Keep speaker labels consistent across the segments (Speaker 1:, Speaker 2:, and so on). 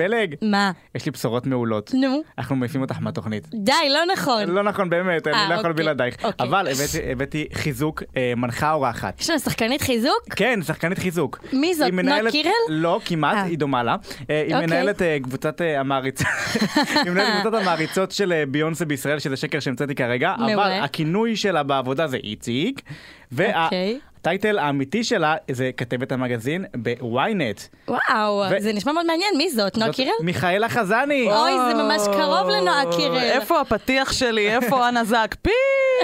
Speaker 1: פלג.
Speaker 2: מה?
Speaker 1: יש לי בשורות מעולות.
Speaker 2: נו.
Speaker 1: אנחנו מעיפים אותך מהתוכנית.
Speaker 2: די, לא נכון.
Speaker 1: לא נכון, באמת, אני לא יכול בלעדייך.
Speaker 2: אוקיי.
Speaker 1: אבל הבאתי חיזוק, מנחה אורחת.
Speaker 2: יש לנו שחקנית חיזוק?
Speaker 1: כן, שחקנית חיזוק.
Speaker 2: מי זאת? נועה קירל?
Speaker 1: לא, כמעט, היא דומה לה. היא מנהלת קבוצת המעריצות. היא מנהלת קבוצת המעריצות של ביונסה בישראל, שזה שקר שהמצאתי כרגע, אבל הכינוי שלה בעבודה זה איציק, והטייטל האמיתי שלה זה כתבת המגזין בוויינט.
Speaker 2: וואו, זה נשמע מאוד מעניין. מי זאת? נועה קירל?
Speaker 1: מיכאלה חזני.
Speaker 2: אוי, זה ממש קרוב לנועה קירל.
Speaker 3: איפה הפתיח שלי? איפה הנזק? פי!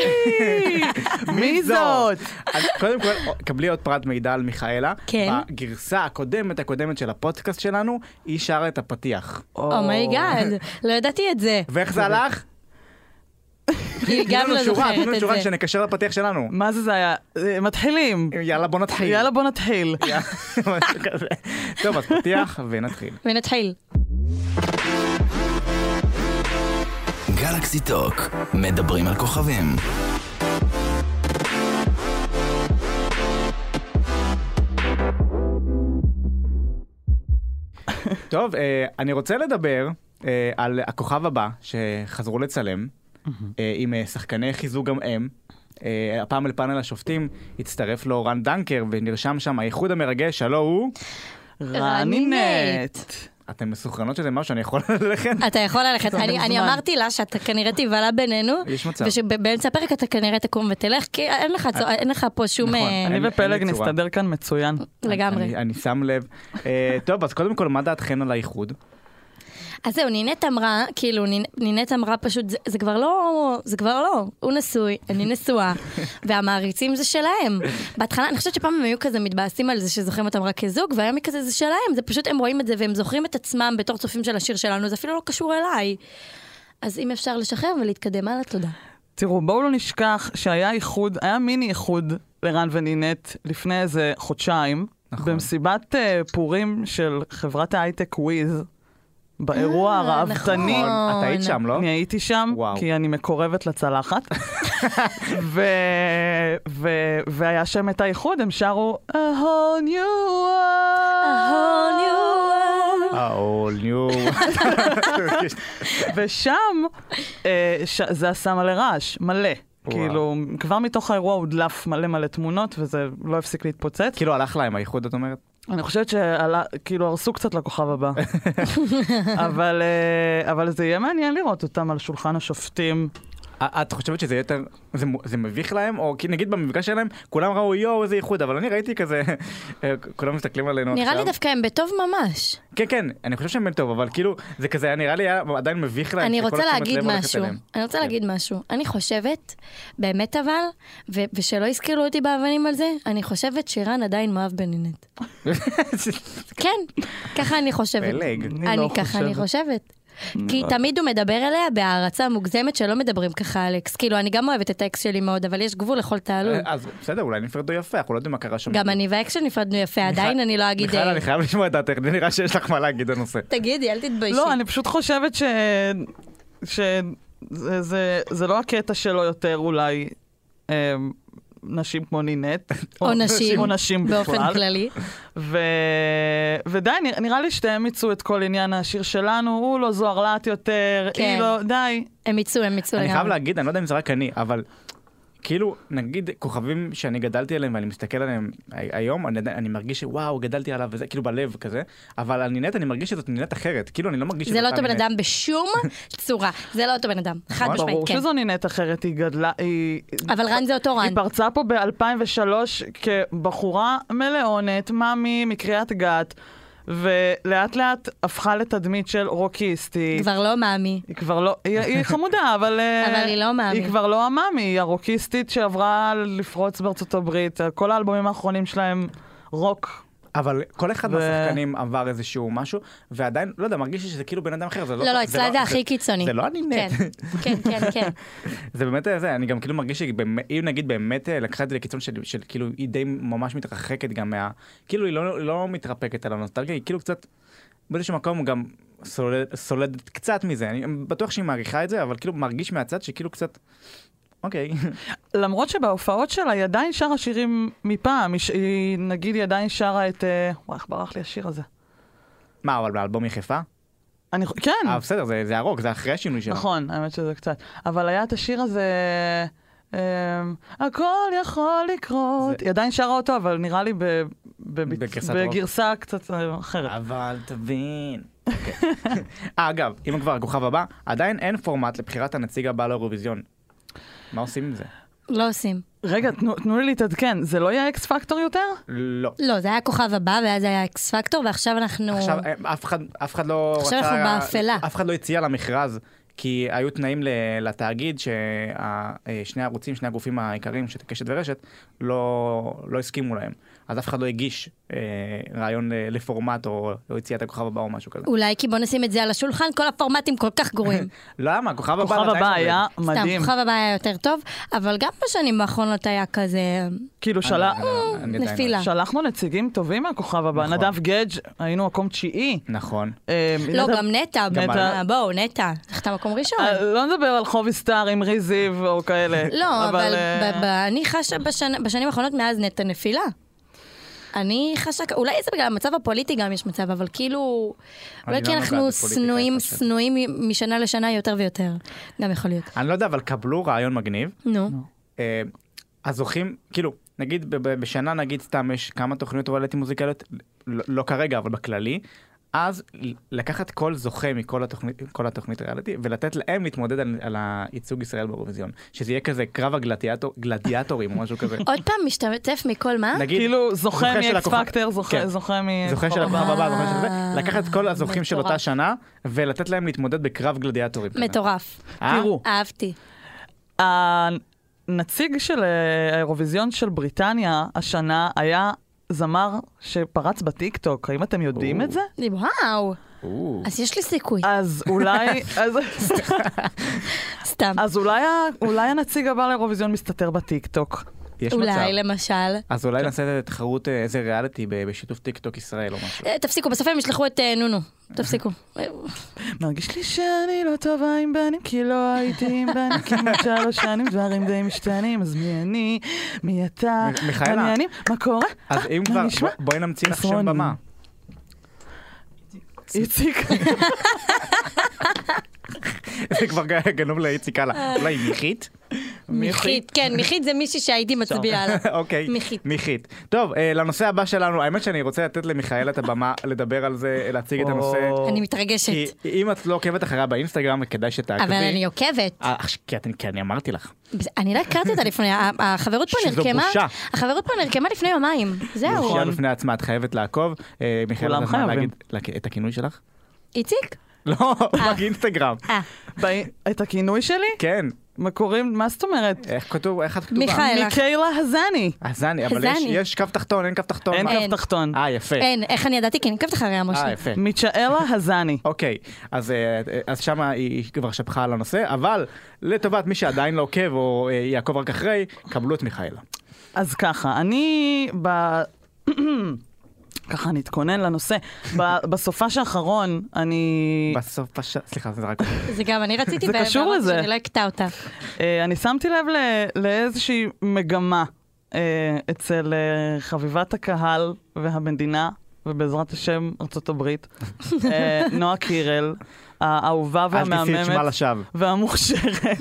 Speaker 3: מי זאת?
Speaker 1: קודם כל, קבלי עוד פרט מידע על מיכאלה.
Speaker 2: כן.
Speaker 1: בגרסה הקודמת של הפודקאסט שלנו, היא שרה את הפתיח.
Speaker 2: אומייגאד, לא ידעתי את זה.
Speaker 1: ואיך זה הלך?
Speaker 2: היא גם לא זוכרת את זה.
Speaker 1: שורה שנקשר לפתיח שלנו.
Speaker 3: מה זה היה? מתחילים.
Speaker 1: יאללה בוא נתחיל.
Speaker 3: יאללה בוא נתחיל.
Speaker 1: טוב, אז פתיח ונתחיל.
Speaker 2: ונתחיל.
Speaker 4: גלקסי טוק, מדברים על כוכבים.
Speaker 1: טוב, אני רוצה לדבר על הכוכב הבא שחזרו לצלם, עם שחקני חיזוק גם הם. הפעם לפאנל השופטים הצטרף לו רן דנקר, ונרשם שם האיחוד המרגש, הלו הוא...
Speaker 3: רנינט.
Speaker 1: אתם מסוכרנות שזה משהו שאני יכול ללכת?
Speaker 2: אתה יכול ללכת. אני אמרתי לה שאתה כנראה תיבלה בינינו,
Speaker 1: יש מצב.
Speaker 2: ושבאמצע הפרק אתה כנראה תקום ותלך, כי אין לך פה שום...
Speaker 3: אני ופלג נסתדר כאן מצוין.
Speaker 2: לגמרי.
Speaker 1: אני שם לב. טוב, אז קודם כל, מה דעתכן על האיחוד?
Speaker 2: אז זהו, נינט אמרה פשוט, זה כבר לא, הוא נשוי, אני נשואה, והמעריצים זה שלהם. בהתחלה, אני חושבת שפעם הם היו כזה מתבאסים על זה שזוכרים אותם רק כזוג, והיום היא כזה, זה שלהם, זה פשוט הם רואים את זה, והם זוכרים את עצמם בתור צופים של השיר שלנו, זה אפילו לא קשור אליי. אז אם אפשר לשחרר ולהתקדם הלאה, תודה.
Speaker 3: תראו, בואו לא נשכח שהיה איחוד, היה מיני איחוד לרן ונינט לפני איזה חודשיים, במסיבת פורים של חברת ההייטק וויז, באירוע הראוותני.
Speaker 1: את היית שם, לא?
Speaker 3: אני הייתי שם, כי אני מקורבת לצלחת. והיה שם את האיחוד, הם שרו A whole new world.
Speaker 1: A whole new world.
Speaker 3: ושם, זה עשה מלא רעש, מלא. כאילו, כבר מתוך האירוע הודלף מלא תמונות, וזה לא הפסיק להתפוצץ.
Speaker 1: כאילו הלך להם האיחוד, את אומרת?
Speaker 3: אני חושבת שכאילו הרסו קצת לכוכב הבא. אבל זה יהיה מעניין לראות אותם על שולחן השופטים.
Speaker 1: את חושבת שזה יותר, זה מביך להם? או כי נגיד במפגש שלהם, כולם ראו יואו איזה איחוד, אבל אני ראיתי כזה, כולם מסתכלים עלינו עכשיו.
Speaker 2: נראה לי דווקא הם בטוב ממש.
Speaker 1: כן, כן, אני חושב שהם בטוב, אבל כאילו, זה כזה, נראה לי עדיין מביך להם.
Speaker 2: אני רוצה להגיד משהו. אני חושבת, באמת אבל, ושלא יזכירו אותי באבנים על זה, אני חושבת שרן עדיין מאוהב בנינט. כן, ככה אני חושבת. ככה אני חושבת. כי תמיד הוא מדבר אליה בהערצה מוגזמת שלא מדברים ככה אלכס. כאילו, אני גם אוהבת את האקס שלי מאוד, אבל יש גבול לכל תעלול.
Speaker 1: אז בסדר, אולי נפרדו יפה, אנחנו לא יודעים מה קרה שם.
Speaker 2: גם אני והאקס שלי נפרדנו יפה, עדיין אני לא אגיד...
Speaker 1: מיכל, אני חייב לשמוע את דעתך, נראה שיש לך מה להגיד הנושא.
Speaker 2: תגידי, אל תתביישי.
Speaker 3: לא, אני פשוט חושבת שזה לא הקטע שלו יותר אולי נשים כמו נינט.
Speaker 2: או נשים
Speaker 3: באופן
Speaker 2: כללי.
Speaker 3: ודי, נראה לי שתהם מיצו את כל עניין השיר שלנו, הוא לא זוהרלט יותר, היא לא, די.
Speaker 2: הם מיצו לגמרי.
Speaker 1: אני חייב להגיד, אני לא יודע אם זה רק אני, אבל כאילו, נגיד, כוכבים שאני גדלתי עליהם ואני מסתכל עליהם היום, אני מרגיש שוואו, גדלתי עליו וזה, כאילו בלב כזה, אבל על נינט אני מרגיש שזאת נינט אחרת, כאילו אני לא מרגיש
Speaker 2: זה לא אותו בן אדם בשום צורה, זה לא אותו בן אדם, חד משמעית, כן.
Speaker 3: ברור שזו נינט אחרת, היא גדלה,
Speaker 2: אבל רן זה אותו רן.
Speaker 3: היא פרצה פה ב-2003 כבחורה מלאונת, מאמי מקריית גת, ולאט לאט הפכה לתדמית של רוקיסטי.
Speaker 2: כבר לא מאמי.
Speaker 3: היא כבר לא, היא חמודה, אבל
Speaker 2: היא לא מאמי.
Speaker 3: היא כבר לא המאמי, היא הרוקיסטית שעברה לפרוץ בארצות הברית. כל האלבומים האחרונים שלהם רוק.
Speaker 1: אבל כל אחד מהשחקנים עבר איזשהו משהו, ועדיין, לא יודע, מרגיש שזה כאילו בן אדם אחר.
Speaker 2: לא, אצלה זה הכי קיצוני.
Speaker 1: זה לא אני נט.
Speaker 2: כן.
Speaker 1: זה באמת זה, אני גם כאילו מרגיש שהיא נגיד באמת לקחה את זה לקיצון של כאילו היא די ממש מתרחקת גם מה... כאילו היא לא מתרפקת על הנוסטלגיה, היא כאילו קצת, באיזשהו מקום הוא גם סולדת קצת מזה. אני בטוח שהיא מעריכה את זה, אבל כאילו מרגיש מהצד שכאילו קצת... אוקיי.
Speaker 3: למרות שבהופעות שלה היא עדיין שרה שירים מפעם, נגיד היא עדיין שרה את... איך ברח לי השיר הזה?
Speaker 1: מה, אבל באלבום יחפה?
Speaker 3: כן.
Speaker 1: בסדר, זה הרוק, זה אחרי השינוי שלו.
Speaker 3: נכון, האמת שזה קצת. אבל היה את השיר הזה, הכל יכול לקרות. היא עדיין שרה אותו, אבל נראה לי בגרסה קצת אחרת.
Speaker 1: אבל תבין. אגב, אם כבר הכוכב הבא, עדיין אין פורמט לבחירת הנציג הבא לאירוויזיון. מה עושים עם זה?
Speaker 2: לא עושים.
Speaker 3: רגע, תנו לי להתעדכן, זה לא יהיה אקס פקטור יותר?
Speaker 1: לא.
Speaker 2: לא, זה היה הכוכב הבא, ואז היה אקס פקטור, ועכשיו אנחנו...
Speaker 1: עכשיו, אף אחד לא רצה...
Speaker 2: עכשיו אנחנו באפלה.
Speaker 1: אף אחד לא הציע למכרז, כי היו תנאים לתאגיד ששני הערוצים, שני הגופים העיקריים, קשת ורשת, לא הסכימו להם. אז אף אחד לא הגיש רעיון לפורמט או הציע את הכוכב הבא או משהו כזה.
Speaker 2: אולי כי בוא נשים את זה על השולחן, כל הפורמטים כל כך גרועים.
Speaker 1: למה? הכוכב
Speaker 3: הבא היה מדהים.
Speaker 2: סתם, הכוכב הבא היה יותר טוב, אבל גם בשנים האחרונות היה כזה...
Speaker 3: כאילו
Speaker 2: נפילה.
Speaker 3: שלחנו נציגים טובים מהכוכב הבא. נדב גדג' היינו מקום 9.
Speaker 1: נכון.
Speaker 2: לא, גם נטע. בואו, נטע. זכתה מקום ראשון.
Speaker 3: לא נדבר על חובי סטאר עם ריזיב או כאלה.
Speaker 2: לא, אבל אני חשה בשנים האחרונות מאז נטע נפילה. אני חשה, אולי זה בגלל המצב הפוליטי גם יש מצב, אבל כאילו, אולי כי אנחנו שנואים משנה לשנה יותר ויותר. גם יכול להיות.
Speaker 1: אני לא יודע, אבל קבלו רעיון מגניב.
Speaker 2: נו.
Speaker 1: הזוכים, כאילו, נגיד בשנה, נגיד סתם יש כמה תוכניות ריאליטי מוזיקליות, לא כרגע, אבל בכללי, אז לקחת כל זוכה מכל התוכנית ריאליטי, ולתת להם להתמודד על הייצוג ישראל באירוויזיון. שזה יהיה כזה קרב הגלדיאטורים או משהו כזה.
Speaker 2: עוד פעם משתתף מכל מה?
Speaker 3: כאילו זוכה מאקס פקטור, זוכה
Speaker 1: זוכה של הכוכב הבא, זוכה של זה, לקחת את כל הזוכים של אותה שנה, ולתת להם להתמודד בקרב גלדיאטורים.
Speaker 2: מטורף.
Speaker 3: תראו.
Speaker 2: אהבתי.
Speaker 3: הנציג של האירוויזיון של בריטניה השנה היה זמר שפרץ בטיקטוק, האם אתם יודעים את זה?
Speaker 2: וואו. אז יש לי סיכוי.
Speaker 3: אז אולי...
Speaker 2: סתם.
Speaker 3: אז אולי הנציג הבא לאירוויזיון מסתתר בטיקטוק.
Speaker 2: אולי, למשל.
Speaker 1: אז אולי נעשה תחרות איזה ריאליטי בשיתוף טיקטוק ישראל או משהו.
Speaker 2: תפסיקו, בסוף הם ישלחו את נונו. תפסיקו.
Speaker 3: מרגיש לי שאני לא טובה עם בנים, כי לא הייתי עם בנים, כמעט 3 שנים דברים די משתנים, אז מי אני, מי אתה,
Speaker 1: מיכאלה,
Speaker 3: מה קורה?
Speaker 1: אז אם כבר, בואי נמציא לך שם במה.
Speaker 3: איציק.
Speaker 1: זה כבר גנוב לאיציק הלאה. אולי מיכית?
Speaker 2: מיכית, כן, מיכית זה מישהי שהייתי מצביעה עליו.
Speaker 1: אוקיי, מיכית. טוב, לנושא הבא שלנו, האמת שאני רוצה לתת למיכאל את הבמה לדבר על זה, להציג את הנושא.
Speaker 2: אני מתרגשת.
Speaker 1: כי אם את לא עוקבת אחריה באינסטגרם, כדאי שתעקבי.
Speaker 2: אבל אני עוקבת.
Speaker 1: כי אני אמרתי לך.
Speaker 2: אני לא הכרתי אותה לפני, החברות פה נרקמה. החברות פה נרקמה לפני יומיים. זהו.
Speaker 1: בושה בפני עצמה, את חייבת לעקוב. מיכאל, את יכולה להגיד את הכינוי שלך?
Speaker 2: איציק?
Speaker 1: לא, באינסטגרם.
Speaker 3: את הכינוי שלי?
Speaker 1: כן.
Speaker 3: מה קוראים, מה זאת אומרת?
Speaker 1: איך כתוב, איך את כתובה?
Speaker 3: מיקיילה הזני.
Speaker 1: הזני, אבל יש קו תחתון, אין קו תחתון.
Speaker 3: אין קו תחתון.
Speaker 1: יפה.
Speaker 2: אין, איך אני ידעתי? כי אני עוקבת אחריה, משה.
Speaker 1: יפה.
Speaker 3: מיכאלה הזני.
Speaker 1: אוקיי, אז שמה היא כבר שפכה על הנושא, אבל לטובת מי שעדיין לא עוקב או יעקוב רק אחרי, קבלו את מיכאלה.
Speaker 3: אז ככה, ככה נתכונן לנושא. בסופה שאחרון,
Speaker 1: סליחה, זה רק...
Speaker 2: זה גם, אני רציתי...
Speaker 3: זה קשור לזה.
Speaker 2: שאני לא אקטע אותה.
Speaker 3: אני שמתי לב לאיזושהי מגמה אצל חביבת הקהל והמדינה, ובעזרת השם ארצות הברית, נועה קירל, האהובה והמהממת והמוכשרת.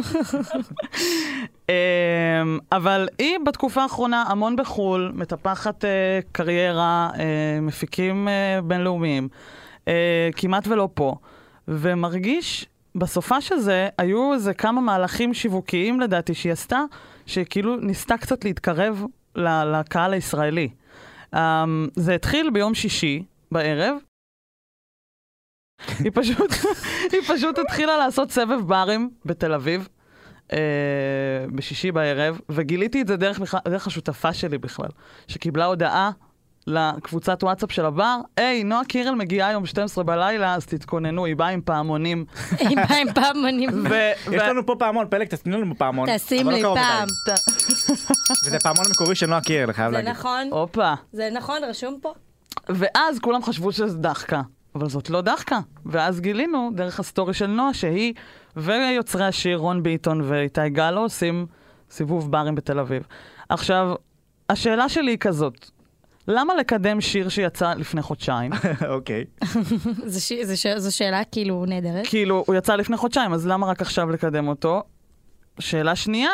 Speaker 3: אבל היא בתקופה האחרונה המון בחול, מטפחת קריירה, מפיקים בינלאומיים, כמעט ולא פה, ומרגיש בסופה שזה, היו איזה כמה מהלכים שיווקיים לדעתי שהיא עשתה, שכאילו ניסתה קצת להתקרב לקהל הישראלי. זה התחיל ביום שישי בערב, היא פשוט התחילה לעשות סבב ברים בתל אביב, בשישי בערב, וגיליתי את זה דרך השותפה שלי בכלל, שקיבלה הודעה לקבוצת וואטסאפ של הבר, היי, נועה קירל מגיעה היום 12 בלילה, אז תתכוננו, היא באה עם פעמונים.
Speaker 2: היא באה עם פעמונים.
Speaker 1: יש לנו פה פעמון, פלג, תשימו לנו פעמון.
Speaker 2: תשים לי פעם.
Speaker 1: וזה פעמון מקורי של נועה קירל, חייב להגיד.
Speaker 2: זה נכון.
Speaker 3: אופה.
Speaker 2: זה נכון, רשום פה.
Speaker 3: ואז כולם חשבו שזה דחקה, אבל זאת לא דחקה. ואז גילינו, דרך הסטורי של נועה, שהיא ויוצרי השיר רון ביטון ואיתי גלו עושים סיבוב ברים בתל אביב. עכשיו, השאלה שלי היא כזאת, למה לקדם שיר שיצא לפני חודשיים?
Speaker 1: אוקיי.
Speaker 2: זו שאלה כאילו נהדרת.
Speaker 3: כאילו, הוא יצא לפני חודשיים, אז למה רק עכשיו לקדם אותו? שאלה שנייה,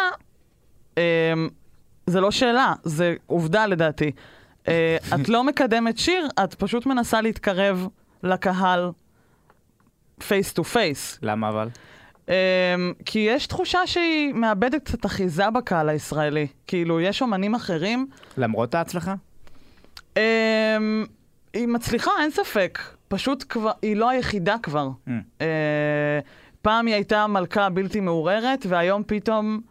Speaker 3: זה לא שאלה, זה עובדה לדעתי. את לא מקדמת שיר, את פשוט מנסה להתקרב לקהל face to face.
Speaker 1: למה אבל?
Speaker 3: כי יש תחושה שהיא מאבדת קצת אחיזה בקהל הישראלי. כאילו, יש אומנים אחרים.
Speaker 1: למרות ההצלחה?
Speaker 3: היא מצליחה, אין ספק. פשוט כבר, היא לא היחידה כבר. פעם היא הייתה מלכה בלתי מעוררת, והיום פתאום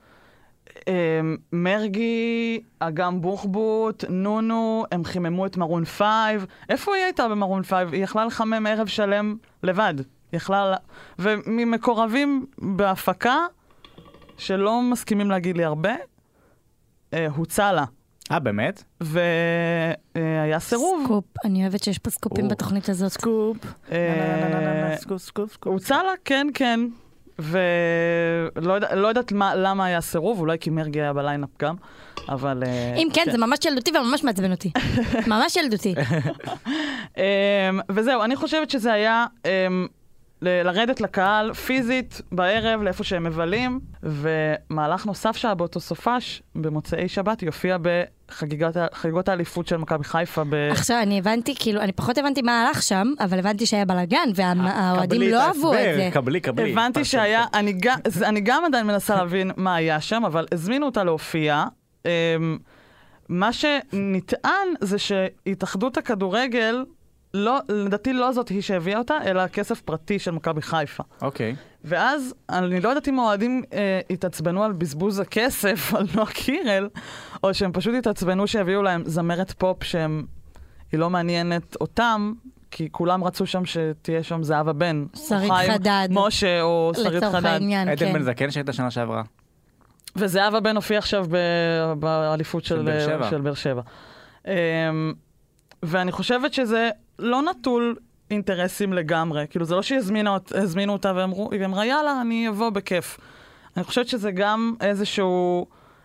Speaker 3: מרגי, אגם בוחבוט, נונו, הם חיממו את מרון 5. איפה היא הייתה במרון 5? היא יכלה לחמם ערב שלם לבד. וממקורבים בהפקה, שלא מסכימים להגיד לי הרבה, הוצא לה.
Speaker 1: באמת?
Speaker 3: והיה סירוב.
Speaker 2: סקופ, אני אוהבת שיש פה סקופים בתוכנית הזאת.
Speaker 1: סקופ.
Speaker 3: סקופ. הוצא לה, כן, כן. ולא יודעת למה היה סירוב, אולי כי מרגי היה בליינאפ גם, אבל...
Speaker 2: אם כן, זה ממש ילדותי וממש מעצבן אותי. ממש ילדותי.
Speaker 3: וזהו, אני חושבת שזה היה לרדת לקהל פיזית בערב, לאיפה שהם מבלים, ומהלך נוסף שהיה באותו סופש, במוצאי שבת, יופיע בחגיגות האליפות של מכבי חיפה.
Speaker 2: עכשיו, אני הבנתי, כאילו, אני פחות הבנתי מה הלך שם, אבל הבנתי שהיה בלגן, והאוהדים לא אהבו את זה.
Speaker 1: קבלי.
Speaker 3: הבנתי שהיה, אני גם עדיין מנסה להבין מה היה שם, אבל הזמינו אותה להופיע. מה שנטען זה שהתאחדות הכדורגל, לדעתי לא זאת היא שהביאה אותה, אלא כסף פרטי של מכבי חיפה.
Speaker 1: אוקיי.
Speaker 3: ואז, אני לא יודעת אם האוהדים התעצבנו על בזבוז הכסף, על נועה קירל, או שהם פשוט התעצבנו שהביאו להם זמרת פופ שהיא לא מעניינת אותם, כי כולם רצו שם שתהיה שם זהבה בן.
Speaker 2: שרית חדד.
Speaker 3: משה או שרית חדד.
Speaker 1: עדן בן זקן שהייתה שנה שעברה.
Speaker 3: וזהבה בן הופיע עכשיו באליפות של באר שבע. ואני חושבת שזה לא נטול אינטרסים לגמרי. כאילו, זה לא שהזמינו אותה והיא אמרה, יאללה, אני אבוא בכיף. אני חושבת שזה גם איזשהו...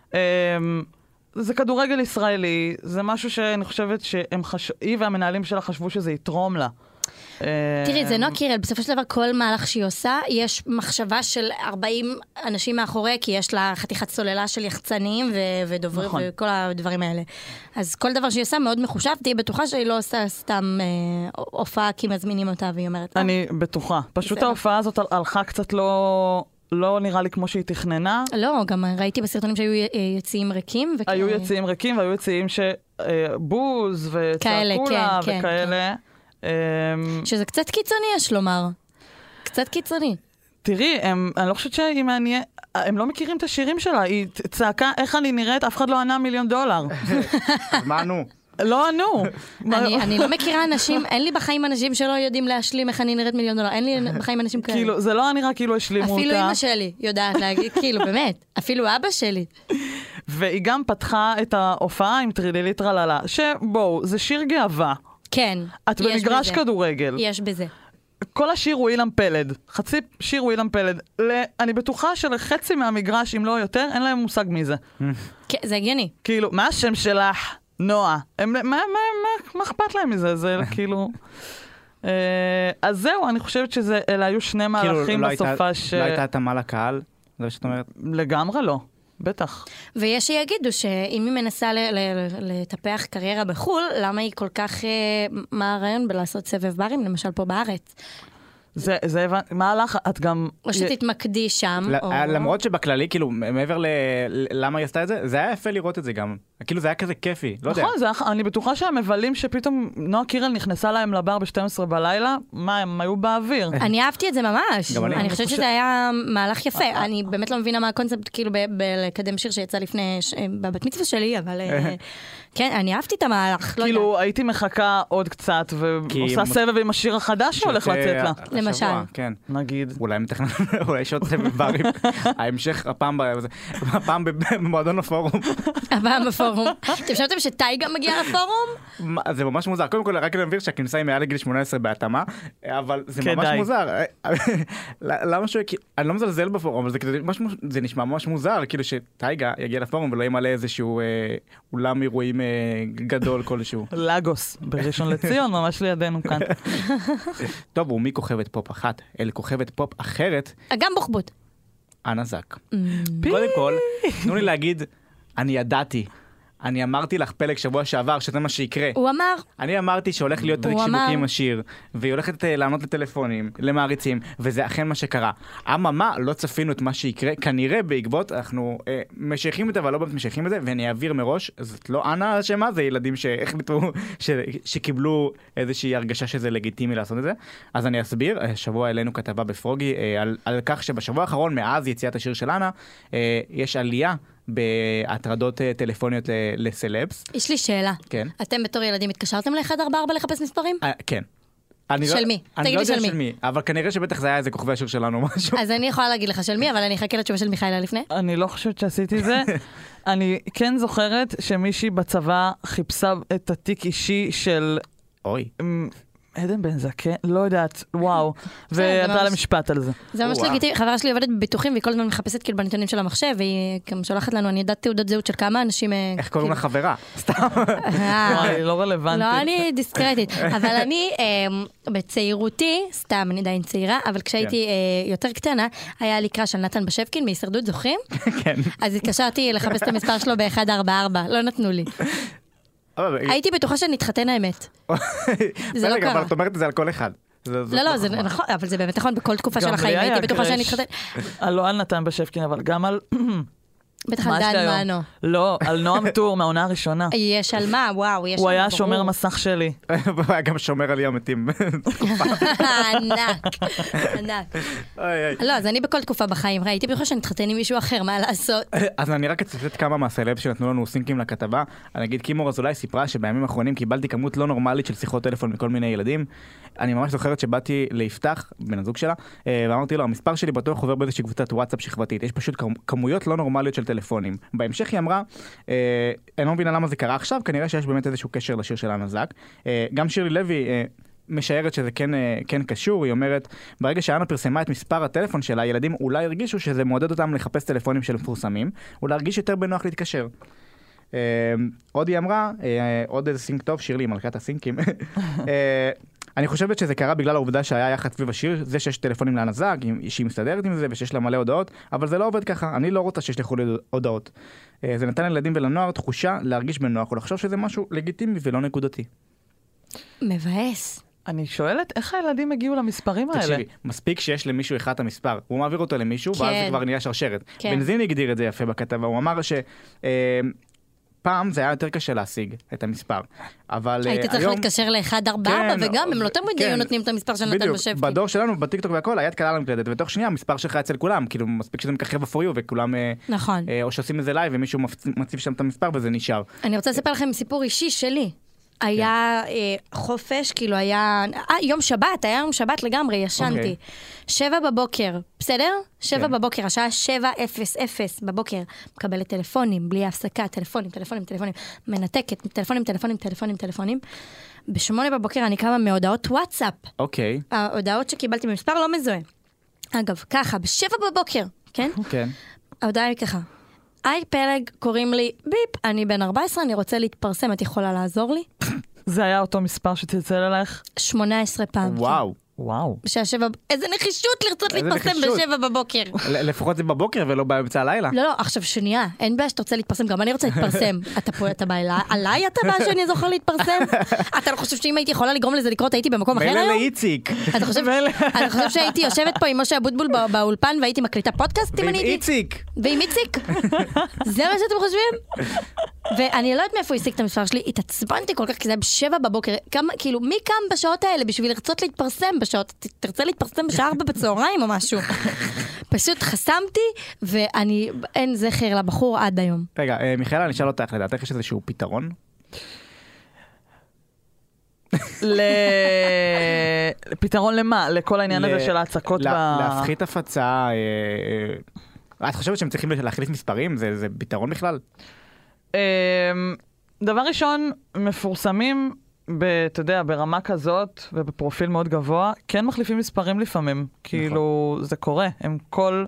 Speaker 3: זה כדורגל ישראלי, זה משהו שאני חושבת שהיא והמנהלים שלה חשבו שזה יתרום לה.
Speaker 2: תראי, זה נועה קירל, בסופו של דבר כל מהלך שהיא עושה, יש מחשבה של 40 אנשים מאחורי, כי יש לה חתיכת סוללה של יחצנים ודוברים וכל הדברים האלה. אז כל דבר שהיא עושה מאוד מחושב, תהי בטוחה שהיא לא עושה סתם הופעה כי מזמינים אותה והיא אומרת.
Speaker 3: אני בטוחה. פשוט ההופעה הזאת הלכה קצת לא נראה לי כמו שהיא תכננה.
Speaker 2: לא, גם ראיתי בסרטונים שהיו יציאים ריקים.
Speaker 3: היו יציאים ריקים והיו יציאים שבוז וצעקו לה וכאלה.
Speaker 2: שזה קצת קיצוני, יש לומר. קצת קיצוני.
Speaker 3: תראי, אני לא חושבת שהיא מעניין, הם לא מכירים את השירים שלה, היא צעקה, איך אני נראית, אף אחד לא ענה $1,000,000.
Speaker 1: מה ענו?
Speaker 3: לא ענו.
Speaker 2: אני לא מכירה אנשים, אין לי בחיים אנשים שלא יודעים להשלים איך אני נראית $1,000,000, אין לי בחיים אנשים כאלה.
Speaker 3: כאילו, זה לא נראה כאילו השלימו אותה.
Speaker 2: אפילו אמא שלי יודעת להגיד, כאילו, באמת, אפילו אבא שלי.
Speaker 3: והיא גם פתחה את ההופעה עם טרילילית טרללה, שבואו, זה שיר גאווה.
Speaker 2: כן,
Speaker 3: את במגרש כדורגל.
Speaker 2: יש בזה.
Speaker 3: כל השיר הוא אילם פלד. חצי שיר הוא אילם פלד. אני בטוחה שלחצי מהמגרש, אם לא יותר, אין להם מושג מי זה.
Speaker 2: כן, זה הגיוני.
Speaker 3: כאילו, מה השם שלך? נועה. מה אכפת להם מזה? זה כאילו... אז זהו, אני חושבת שאלה היו שני מהלכים בסופה ש...
Speaker 1: לא הייתה התאמה לקהל? זה שאת אומרת?
Speaker 3: לגמרי לא. בטח.
Speaker 2: ויש שיגידו שאם היא מנסה לטפח קריירה בחול, למה היא כל כך, מה הרעיון בלעשות סבב ברים, למשל פה בארץ?
Speaker 3: זה מה הלך? את גם...
Speaker 2: או שתתמקדי שם.
Speaker 1: למרות שבכללי, כאילו, מעבר למה היא עשתה את זה, זה היה יפה לראות את זה גם. כאילו, זה היה כזה כיפי, לא יודע.
Speaker 3: נכון, אני בטוחה שהמבלים שפתאום נועה קירל נכנסה להם לבר ב-12 בלילה, מה, הם היו באוויר.
Speaker 2: אני אהבתי את זה ממש. אני חושבת שזה היה מהלך יפה. אני באמת לא מבינה מה הקונספט, כאילו, בלקדם שיר שיצא לפני, בבת מצווה שלי, אבל... כן, אני אהבתי את המהלך.
Speaker 3: כאילו, הייתי מחכה עוד קצת, ועושה סבב עם השיר החדש שהולך לצאת לה.
Speaker 2: למשל.
Speaker 1: כן.
Speaker 3: נגיד.
Speaker 1: אולי מתכנן, אולי יש עוד ברים. ההמשך, הפעם במועדון הפורום.
Speaker 2: הפעם בפורום. אתם חשבתם שטייגה מגיע לפורום?
Speaker 1: זה ממש מוזר. קודם כל, רק להבהיר שהכניסה היא מעל לגיל 18 בהתאמה, אבל זה ממש מוזר. למה שהוא... אני לא מזלזל בפורום, אבל זה נשמע ממש מוזר, כאילו שטייגה יגיע לפורום ולא ימלא איזשהו אולם אירועים גדול כלשהו.
Speaker 3: לגוס, בראשון לציון, ממש לידינו כאן.
Speaker 1: טוב, הוא מכוכבת פופ אחת אל כוכבת פופ אחרת.
Speaker 2: גם בוחבוט.
Speaker 1: אנה זק. קודם כל, תנו לי להגיד, אני ידעתי. אני אמרתי לך פלג שבוע שעבר שזה מה שיקרה.
Speaker 2: הוא אמר.
Speaker 1: אני אמרתי שהולך להיות טריק שיווקי עם השיר, והיא הולכת לענות לטלפונים, למעריצים, וזה אכן מה שקרה. אממה, לא צפינו את מה שיקרה, כנראה בעקבות, אנחנו משייכים את זה, אבל לא באמת משייכים את זה, ואני אעביר מראש, זאת לא אנה אשמה, זה ילדים שהחליטו, שקיבלו איזושהי הרגשה שזה לגיטימי לעשות את זה. אז אני אסביר, השבוע אלינו כתבה בפרוגי, על כך שבשבוע האחרון, מאז יציאת השיר של אנה, יש עלייה בהטרדות טלפוניות לסלבס.
Speaker 2: יש לי שאלה.
Speaker 1: כן.
Speaker 2: אתם בתור ילדים התקשרתם ל-144 לחפש מספרים?
Speaker 1: כן.
Speaker 2: של מי?
Speaker 1: אני לא יודע של מי, אבל כנראה שבטח זה היה איזה כוכבי השיר שלנו או משהו.
Speaker 2: אז אני יכולה להגיד לך של מי, אבל אני אחכה לתשובה של מיכאלה לפני.
Speaker 3: אני לא חושבת שעשיתי את זה. אני כן זוכרת שמישהי בצבא חיפשה את התיק אישי של...
Speaker 1: אוי.
Speaker 3: עדן בן זקן, לא יודעת, וואו, ועדרה למשפט על זה.
Speaker 2: זה ממש לגיטימי, חברה שלי עובדת בביטוחים, והיא כל הזמן מחפשת כאילו בנתונים של המחשב, והיא גם שולחת לנו, אני יודעת תעודת זהות של כמה אנשים...
Speaker 1: איך קוראים לחברה? סתם.
Speaker 3: וואי, לא רלוונטית.
Speaker 2: לא, אני דיסקרטית, אבל אני בצעירותי, סתם, אני עדיין צעירה, אבל כשהייתי יותר קטנה, היה לי קראש של נתן בשבקין, בהישרדות זוכרים?
Speaker 1: כן.
Speaker 2: אז התקשרתי לחפש את המספר שלו ב-144, לא נתנו לי. הייתי בטוחה שנתחתן האמת. זה לא קרה.
Speaker 1: אבל את אומרת את זה על כל אחד.
Speaker 2: לא, זה נכון, אבל זה באמת נכון, בכל תקופה של החיים הייתי בטוחה שנתחתן.
Speaker 3: לא על נתן בשבקין, אבל גם על...
Speaker 2: בטח על דן מאנו.
Speaker 3: לא, על נועם טור מהעונה הראשונה.
Speaker 2: יש על מה, וואו, יש על...
Speaker 3: הוא היה שומר מסך שלי.
Speaker 1: הוא היה גם שומר על ים מתים.
Speaker 2: ענק, ענק. לא, אז אני בכל תקופה בחיים, ראיתי בטוחה שנתחתן עם מישהו אחר, מה לעשות?
Speaker 1: אז אני רק אצטט כמה מהסלב שנתנו לנו סינקים לכתבה. אני אגיד, קימור אזולאי סיפרה שבימים האחרונים קיבלתי כמות לא נורמלית של שיחות טלפון מכל מיני ילדים. אני ממש זוכרת שבאתי ליפתח, בן הזוג שלה, ואמרתי לו, המספר שלי בטוח עובר באיזושהי קבוצת וואטסאפ שכבתית. יש פשוט כמויות לא נורמליות של טלפונים. בהמשך היא אמרה, אני לא מבינה למה זה קרה עכשיו, כנראה שיש באמת איזשהו קשר לשיר של אנה זק. גם שירלי לוי משערת שזה כן קשור, היא אומרת, ברגע שאנה פרסמה את מספר הטלפון שלה, ילדים אולי הרגישו שזה מעודד אותם לחפש טלפונים של מפורסמים, או להרגיש יותר בנוח להתקשר. עוד היא אמרה, עוד איזה סינק טוב, שירלי, מלכת הסינקים, אני חושבת שזה קרה בגלל העובדה שהיה יחד סביב השיר, זה שיש טלפונים לאנה זק, שהיא מסתדרת עם זה ושיש לה מלא הודעות, אבל זה לא עובד ככה, אני לא רוצה שישלחו לי הודעות. זה נתן לילדים ולנוער תחושה להרגיש בנוח, או לחשוב שזה משהו לגיטימי ולא נקודתי.
Speaker 2: מבאס.
Speaker 3: אני שואלת, איך הילדים הגיעו למספרים האלה?
Speaker 1: תקשיבי, מספיק שיש למישהו אחד המספר, הוא מעביר אותו למישהו, ואז זה כבר נהיה שרשרת. בנזין הגדיר את זה יפה בכתבה, הוא אמר פעם זה היה יותר קשה להשיג את המספר, אבל היום...
Speaker 2: היית צריך להתקשר ל-144, וגם הם לא תמיד היו נותנים את המספר של נתן בשבקין.
Speaker 1: בדיוק, בדור שלנו, בטיקטוק והכל, היד קלה למקלדת, ותוך שנייה המספר שלך אצל כולם, כאילו מספיק שזה מככב בפוריו, וכולם...
Speaker 2: נכון.
Speaker 1: או שעושים את זה לייב, ומישהו מציב שם את המספר, וזה נשאר.
Speaker 2: אני רוצה לספר לכם סיפור אישי שלי. היה חופש, כאילו היה... יום שבת, היה יום שבת לגמרי, ישנתי. 7 בבוקר, בסדר? 7 בבוקר, השעה 7:00 בבוקר. מקבלת טלפונים, בלי הפסקה, טלפונים, מנתקת, טלפונים. ב8 בבוקר אני קמה מהודעות וואטסאפ.
Speaker 1: אוקיי.
Speaker 2: ההודעות שקיבלתי במספר לא מזוהה. אגב, ככה, ב7 בבוקר, כן?
Speaker 1: כן.
Speaker 2: ההודעה היא ככה. היי פלג, קוראים לי ביפ, אני בן 14, אני רוצה להתפרסם, את יכולה לעזור לי?
Speaker 3: זה היה אותו מספר שצלצל אלייך?
Speaker 2: 18 פעם.
Speaker 1: וואו.
Speaker 3: וואו.
Speaker 2: איזה נחישות לרצות להתפרסם ב7 בבוקר.
Speaker 1: לפחות זה בבוקר ולא באמצע הלילה.
Speaker 2: לא, עכשיו שנייה, אין בעיה שאתה רוצה להתפרסם, גם אני רוצה להתפרסם. אתה בא עליי אתה בא שאני זוכר להתפרסם? אתה לא חושב שאם הייתי יכולה לגרום לזה לקרות, הייתי במקום אחר היום?
Speaker 1: מילא לאיציק.
Speaker 2: אתה חושב שהייתי יושבת פה עם משה אבוטבול באולפן והייתי מקליטה פודקאסט?
Speaker 1: ועם איציק.
Speaker 2: ועם איציק? זה מה שאתם חושבים? ואני לא יודעת מאיפה השיג את המספר שלי, התעצבנתי כל כך, כי זה היה ב7 בבוקר, כאילו, מי קם בשעות האלה בשביל לרצות להתפרסם בשעות, תרצה להתפרסם בשעה 4 בצהריים או משהו. פשוט חסמתי, ואין זכר לבחור עד היום.
Speaker 1: רגע, מיכאלה, אני אשאל אותך, לדעתך יש איזשהו פתרון?
Speaker 3: פתרון למה? לכל העניין הזה של ההצקות
Speaker 1: להפחית הפצה. את חושבת שהם צריכים להחליף מספרים? זה פתרון בכלל?
Speaker 3: דבר ראשון, מפורסמים, אתה יודע, ברמה כזאת ובפרופיל מאוד גבוה, כן מחליפים מספרים לפעמים. כאילו, זה קורה. הם כל...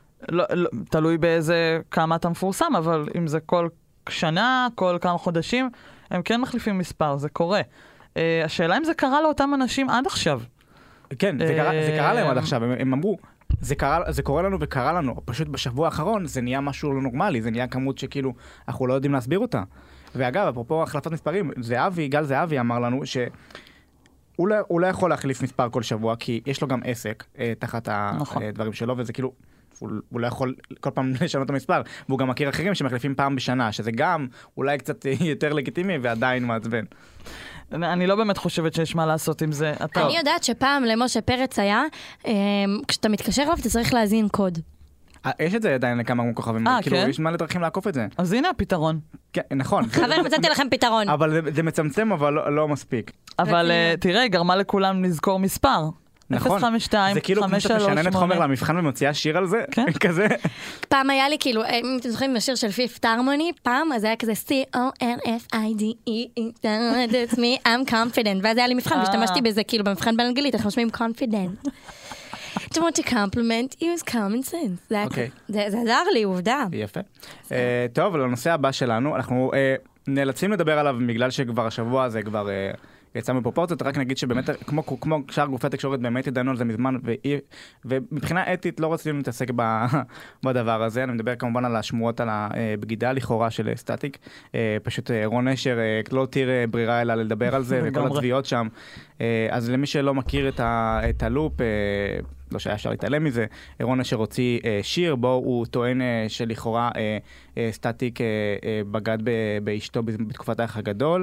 Speaker 3: תלוי באיזה כמה אתה מפורסם, אבל אם זה כל שנה, כל כמה חודשים, הם כן מחליפים מספר, זה קורה. השאלה אם זה קרה לאותם אנשים עד עכשיו.
Speaker 1: כן, זה קרה להם עד עכשיו. הם אמרו, זה קורה לנו וקרה לנו. פשוט בשבוע האחרון זה נהיה משהו לא נורמלי, זה נהיה כמות שכאילו אנחנו לא יודעים להסביר אותה. ואגב, אפרופו החלפת מספרים, גל זהבי אמר לנו שהוא לא יכול להחליף מספר כל שבוע, כי יש לו גם עסק תחת הדברים שלו, וזה כאילו, הוא לא יכול כל פעם לשנות את המספר, והוא גם מכיר אחרים שמחליפים פעם בשנה, שזה גם אולי קצת יותר לגיטימי ועדיין מעצבן.
Speaker 3: אני לא באמת חושבת שיש מה לעשות עם זה.
Speaker 2: אני יודעת שפעם למשה פרץ היה, כשאתה מתקשר אליו אתה צריך להזין קוד.
Speaker 1: יש את זה עדיין לכמה כוכבים, כאילו יש מלא דרכים לעקוף את זה.
Speaker 3: אז הנה הפתרון.
Speaker 1: כן, נכון.
Speaker 2: חבר, מצאתי לכם פתרון.
Speaker 1: אבל זה מצמצם, אבל לא מספיק.
Speaker 3: אבל תראה, היא גרמה לכולם לזכור מספר.
Speaker 1: נכון.
Speaker 3: 052,
Speaker 1: זה כאילו כמו שאתה משננת חומר למבחן ומוציאה שיר על זה, כזה.
Speaker 2: פעם היה לי כאילו, אם אתם זוכרים בשיר של פיפט הרמוני, פעם אז היה כזה C-O-N-F-I-D-E, that's me, I'm confident, ואז היה לי מבחן, והשתמשתי בזה כאילו במבחן באנגלית, אנחנו משמעים confident. To want to compliment, use common sense. זה עזר לי, עובדה.
Speaker 1: יפה. טוב, לנושא הבא שלנו, אנחנו נאלצים לדבר עליו בגלל שכבר השבוע הזה כבר יצא מפרופורציות, רק נגיד שבאמת, כמו שאר גופי תקשורת, באמת ידענו על זה מזמן, ומבחינה אתית לא רצינו להתעסק בדבר הזה. אני מדבר כמובן על השמועות על הבגידה לכאורה של סטטיק. פשוט רון נשר לא הותיר ברירה אלא לדבר על זה, וכל התביעות שם. אז למי שלא מכיר את הלופ, לא שהיה אפשר להתעלם מזה, רון נשר הוציא שיר, בו הוא טוען שלכאורה סטטיק בגד באשתו בתקופת האח הגדול,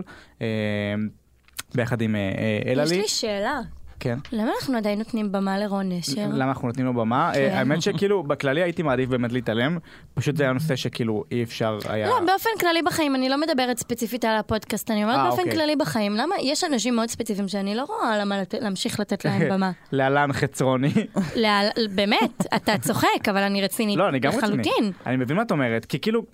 Speaker 1: ביחד עם אלעלי.
Speaker 2: יש לי שאלה.
Speaker 1: כן.
Speaker 2: למה אנחנו עדיין נותנים במה לרון נשר?
Speaker 1: למה אנחנו נותנים לו במה? האמת שכאילו, בכללי הייתי מעדיף באמת להתעלם, פשוט זה היה נושא שכאילו אי אפשר היה...
Speaker 2: לא, באופן כללי בחיים, אני לא מדברת ספציפית על הפודקאסט, אני אומרת באופן כללי בחיים. למה? יש אנשים מאוד ספציפיים שאני לא רואה למה להמשיך לתת להם במה.
Speaker 1: להלן חצרוני.
Speaker 2: באמת, אתה צוחק, אבל אני רצינית לחלוטין.
Speaker 1: לא, אני גם רציני. אני מבין מה את אומרת, כי כאילו,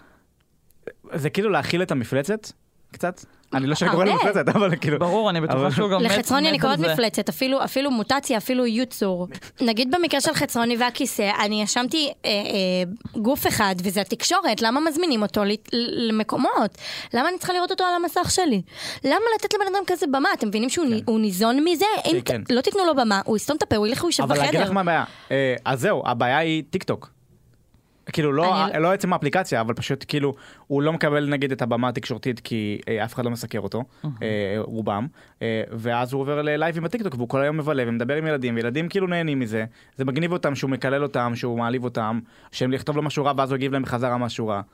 Speaker 1: זה כאילו להכיל את המפלצת, קצת. אני לא שקורא למפלצת, אבל כאילו...
Speaker 3: ברור, אני בטוחה שהוא גם
Speaker 2: לחצרוני אני קוראת מפלצת, אפילו מוטציה, אפילו יוצור. נגיד במקרה של חצרוני והכיסא, אני ישמתי גוף אחד, וזה התקשורת, למה מזמינים אותו למקומות? למה אני צריכה לראות אותו על המסך שלי? למה לתת לבן אדם כזה במה? אתם מבינים שהוא ניזון מזה? אם לא תיתנו לו במה, הוא יסתום את הפה, הוא ילך, הוא יישב בחדר.
Speaker 1: אבל להגיד לך מה הבעיה? אז זהו, הבעיה היא טיק טוק. כאילו לא עצם האפליקציה, אבל פשוט כאילו הוא לא מקבל נגיד את הבמה התקשורתית כי אף אחד לא מסקר אותו, רובם, ואז הוא עובר ללייבים בטיקטוק והוא כל היום מבלה ומדבר עם ילדים, וילדים כאילו נהנים מזה, זה מגניב אותם שהוא מקלל אותם, שהוא מעליב אותם, שהם לכתוב לו משהו רע ואז הוא יגיב להם בחזרה משהו רע.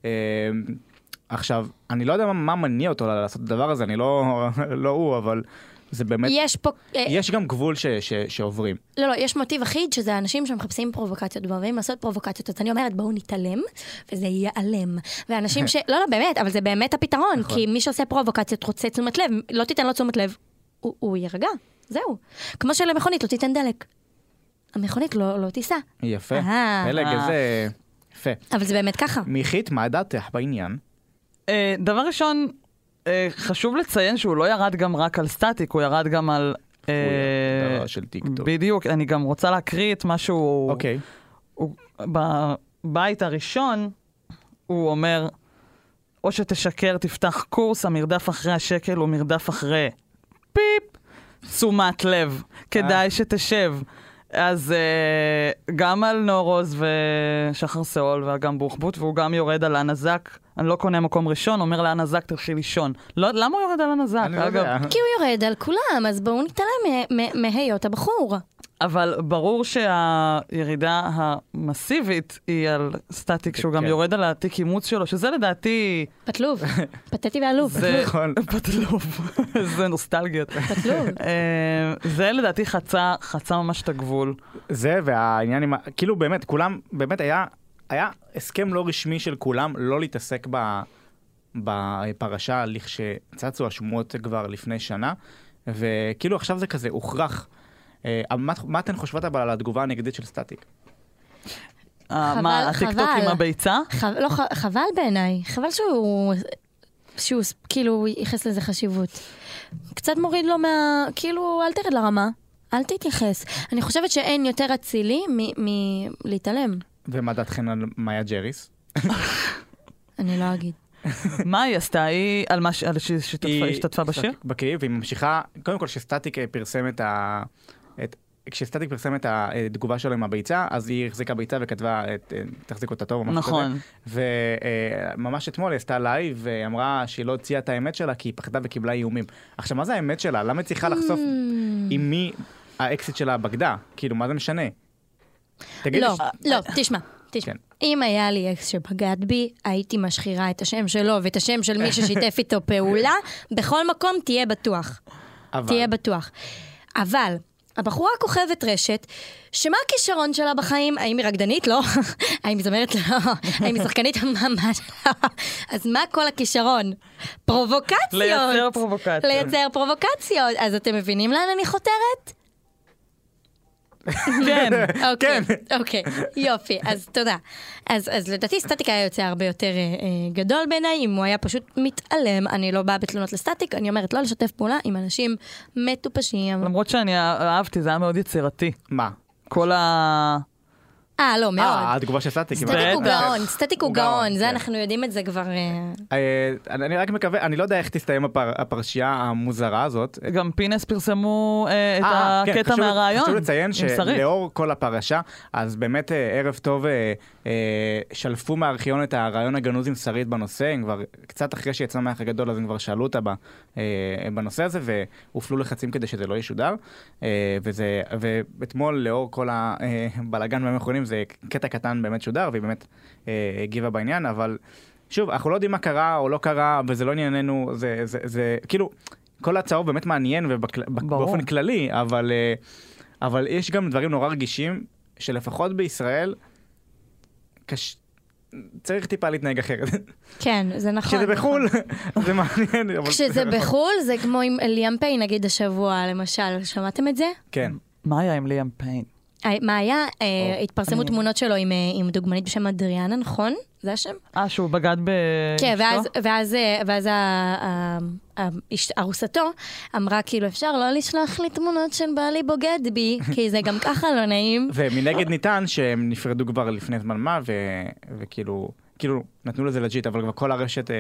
Speaker 1: עכשיו, אני לא יודע מה מניע אותו לעשות את הדבר הזה, אני לא הוא, אבל... זה באמת, יש גם גבול שעוברים.
Speaker 2: לא, יש מוטיב אחיד שזה האנשים שמחפשים פרובוקציות, ואוהבים לעשות פרובוקציות, אז אני אומרת, בואו נתעלם, וזה ייעלם. ואנשים לא, באמת, אבל זה באמת הפתרון, כי מי שעושה פרובוקציות רוצה תשומת לב, לא תיתן לו תשומת לב, הוא ירגע, זהו. כמו שלמכונית לא תיתן דלק. המכונית לא תיסע.
Speaker 1: יפה, פלג, איזה יפה.
Speaker 2: אבל זה באמת ככה.
Speaker 1: מיכית, מה דעתך בעניין?
Speaker 3: דבר ראשון, חשוב לציין שהוא לא ירד גם רק על סטטיק, הוא ירד גם על...
Speaker 1: של טיקטוק.
Speaker 3: בדיוק, אני גם רוצה להקריא את מה שהוא...
Speaker 1: אוקיי.
Speaker 3: בבית הראשון, הוא אומר, או שתשקר, תפתח קורס, המרדף אחרי השקל הוא מרדף אחרי פיפ, תשומת לב, כדאי שתשב. אז גם על נורוז ושחר סאול וגם בוחבוט, והוא גם יורד על הנזק, אני לא קונה מקום ראשון, אומר להנזק תלכי לישון. למה הוא יורד על הנזק?
Speaker 2: כי הוא יורד על כולם, אז בואו נתעלם מהיות הבחור.
Speaker 3: אבל ברור שהירידה המסיבית היא על סטטיק, שהוא גם יורד על התיק אימוץ שלו, שזה לדעתי...
Speaker 2: פתלוב, פתטי ועלוב.
Speaker 3: זה פתלוב, זה נוסטלגיות.
Speaker 2: פתלוב.
Speaker 3: זה לדעתי חצה ממש את הגבול.
Speaker 1: זה והעניין עם... כאילו באמת, כולם, באמת היה הסכם לא רשמי של כולם לא להתעסק בפרשה, לכשצצו השמועות כבר לפני שנה, וכאילו עכשיו זה כזה הוכרח. מה אתן חושבות אבל על התגובה הנגדית של סטטיק?
Speaker 3: מה, הטיקטוק עם הביצה?
Speaker 2: לא, חבל בעיניי. חבל שהוא כאילו ייחס לזה חשיבות. קצת מוריד לו כאילו, אל תרד לרמה. אל תתייחס. אני חושבת שאין יותר אצילי מלהתעלם.
Speaker 1: ומה דעתכן על מאיה ג'ריס?
Speaker 2: אני לא אגיד.
Speaker 3: מה היא עשתה? היא על מה שהשתתפה בשיר?
Speaker 1: בקריב, והיא ממשיכה, קודם כל שסטטיק פרסם כשסטטיק פרסם את התגובה שלו עם הביצה, אז היא החזיקה ביצה וכתבה תחזיק אותה טוב.
Speaker 3: נכון.
Speaker 1: וממש אתמול היא עשתה לייב, ואמרה שהיא לא הוציאה את האמת שלה, כי היא פחדה וקיבלה איומים. עכשיו, מה זה האמת שלה? למה היא צריכה לחשוף עם מי האקסיט שלה בגדה? כאילו, מה זה משנה?
Speaker 2: לא, תשמע. אם היה לי אקס שבגד בי, הייתי משחירה את השם שלו ואת השם של מי ששיתף איתו פעולה, בכל מקום תהיה בטוח. תהיה בטוח. אבל הבחורה כוכבת רשת, שמה הכישרון שלה בחיים? האם היא רקדנית? לא. האם היא זמרת? לא. האם היא שחקנית? ממש לא. אז מה כל הכישרון? פרובוקציות. לייצר פרובוקציות. אז אתם מבינים לאן אני חותרת?
Speaker 3: כן.
Speaker 2: אוקיי, יופי, אז תודה. אז לדעתי סטטיק היה יוצא הרבה יותר גדול בעיניי, אם הוא היה פשוט מתעלם. אני לא באה בתלונות לסטטיק, אני אומרת לא לשתף פעולה עם אנשים מטופשים.
Speaker 3: למרות שאני אהבתי, זה היה מאוד יצירתי.
Speaker 1: מה?
Speaker 3: כל
Speaker 2: לא, מאוד.
Speaker 1: התגובה של סטטיק.
Speaker 2: סטטיק הוא גאון, זה אנחנו יודעים את זה כבר.
Speaker 1: אני רק מקווה, אני לא יודע איך תסתיים הפרשייה המוזרה הזאת.
Speaker 3: גם פינס פרסמו את הקטע מהרעיון.
Speaker 1: חשוב לציין שלאור כל הפרשה, אז באמת ערב טוב שלפו מהארכיון את הרעיון הגנוז עם שרית בנושא, הם כבר קצת אחרי שיצא מהאח הגדול, אז הם כבר שאלו אותה בנושא הזה, והופלו לחצים כדי שזה לא ישודר. ואתמול לאור כל הבלגן והמכונים, זה קטע קטן באמת שודר, והיא באמת הגיבה בעניין, אבל שוב, אנחנו לא יודעים מה קרה או לא קרה, וזה לא ענייננו, זה כאילו, כל הצהוב באמת מעניין ובאופן כללי, אבל יש גם דברים נורא רגישים, שלפחות בישראל, צריך טיפה להתנהג אחרת.
Speaker 2: כן, זה נכון.
Speaker 1: כשזה בחול, זה מעניין.
Speaker 2: כשזה בחול, זה כמו עם ליאם פיין, נגיד השבוע, למשל. שמעתם את זה?
Speaker 1: כן.
Speaker 3: מה היה עם ליאם פיין?
Speaker 2: מה היה? התפרסמו תמונות שלו עם דוגמנית בשם אדריאנה, נכון? זה השם?
Speaker 3: שהוא בגד באשתו?
Speaker 2: כן, ואז ארוסתו אמרה, כאילו, אפשר לא לשלוח לי תמונות של בעלי בוגד בי, כי זה גם ככה לא נעים.
Speaker 1: ומנגד ניתן שהם נפרדו כבר לפני זמן מה, וכאילו נתנו לזה לג'יט, אבל כבר כל הרשת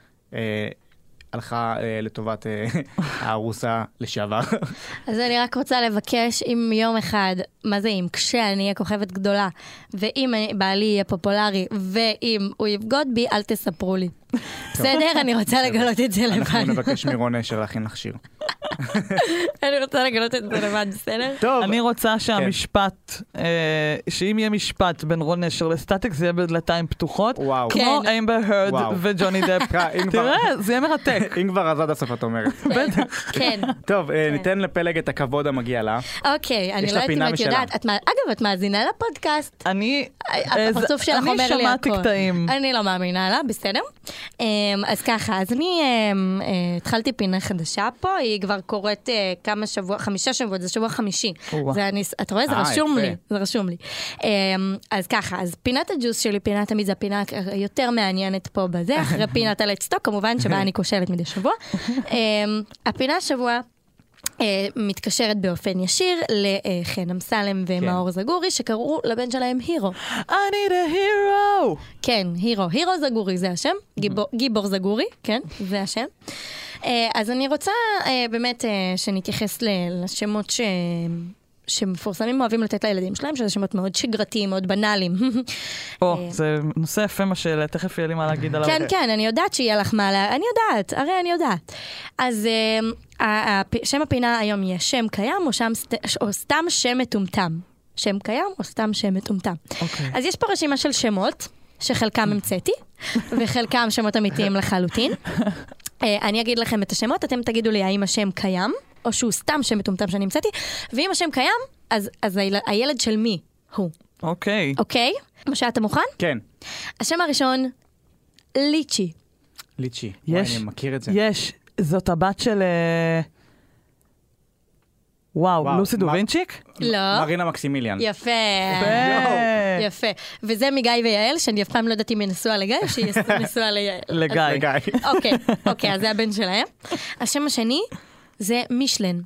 Speaker 1: הלכה לטובת הארוסה לשעבר.
Speaker 2: אז אני רק רוצה לבקש, אם יום אחד, מה זה אם? כשאני אהיה כוכבת גדולה, ואם בעלי יהיה פופולרי, ואם הוא יבגוד בי, אל תספרו לי. בסדר? אני רוצה לגלות את זה לבד.
Speaker 1: אנחנו נבקש מרון אשר להכין לך שיר.
Speaker 2: אני רוצה לגלות את זה לבד, בסדר?
Speaker 1: טוב.
Speaker 3: אני רוצה שהמשפט, שאם יהיה משפט בין רון אשר לסטטיק, זה יהיה בדלתיים פתוחות.
Speaker 1: וואו.
Speaker 3: כמו אמבר הרד וג'וני דפ. תראה, זה יהיה מרתק.
Speaker 1: אם כבר אז עד הסוף את אומרת.
Speaker 2: כן.
Speaker 1: טוב, ניתן לפלג את הכבוד המגיע לה.
Speaker 2: אוקיי, אני לא יודעת אם את יודעת. אגב, את מאזינה לפודקאסט. הפרצוף שלך אומר לי הכל.
Speaker 3: אני שמעתי קטעים.
Speaker 2: אני לא מאמינה לה, בסדר? אז ככה, אז אני התחלתי פינה חדשה פה, היא כבר קורית 5 שבועות, זה שבוע 5. את רואה? זה רשום לי. אז ככה, אז פינת הג'וס שלי, פינה תמיד זה הפינה יותר מעניינת פה בזה, אחרי פינת הלטסטוק, כמובן שבה אני כושלת מדי שבוע. הפינה השבוע מתקשרת באופן ישיר לחן אמסלם ומאור זגורי, שקראו לבן שלהם הירו.
Speaker 3: I need a hero!
Speaker 2: כן, הירו זגורי, זה השם. גיבור זגורי, כן, זה השם. אז אני רוצה באמת שנתייחס לשמות שמפורסמים אוהבים לתת לילדים שלהם, שזה שמות מאוד שגרתיים, מאוד בנאליים.
Speaker 3: זה נושא יפה מה שאלה, תכף יהיה לי מה להגיד עליו.
Speaker 2: כן, כן, אני יודעת שיהיה לך מה אני יודעת, הרי אני יודעת. אז שם הפינה היום יהיה שם קיים או סתם שם מטומטם. שם קיים או סתם שם מטומטם. אז יש פה רשימה של שמות, שחלקם המצאתי, וחלקם שמות אמיתיים לחלוטין. אני אגיד לכם את השמות, אתם תגידו לי האם השם קיים, או שהוא סתם שם מטומטם שאני המצאתי, ואם השם קיים, אז הילד של מי הוא.
Speaker 3: אוקיי.
Speaker 2: אוקיי? משה, אתה מוכן?
Speaker 1: כן.
Speaker 2: השם הראשון, ליצ'י.
Speaker 1: ליצ'י.
Speaker 3: יש,
Speaker 1: אני מכיר את זה.
Speaker 3: יש. זאת הבת של... וואו, לוסי דובינצ'יק?
Speaker 2: לא.
Speaker 1: מרינה מקסימיליאן.
Speaker 2: יפה. יפה. וזה מגיא ויעל, שאני אף פעם לא יודעת אם היא נשואה לגיא, או שהיא נשואה ליעל.
Speaker 3: לגיא.
Speaker 2: אוקיי, אז זה הבן שלהם. השם השני זה מישלן.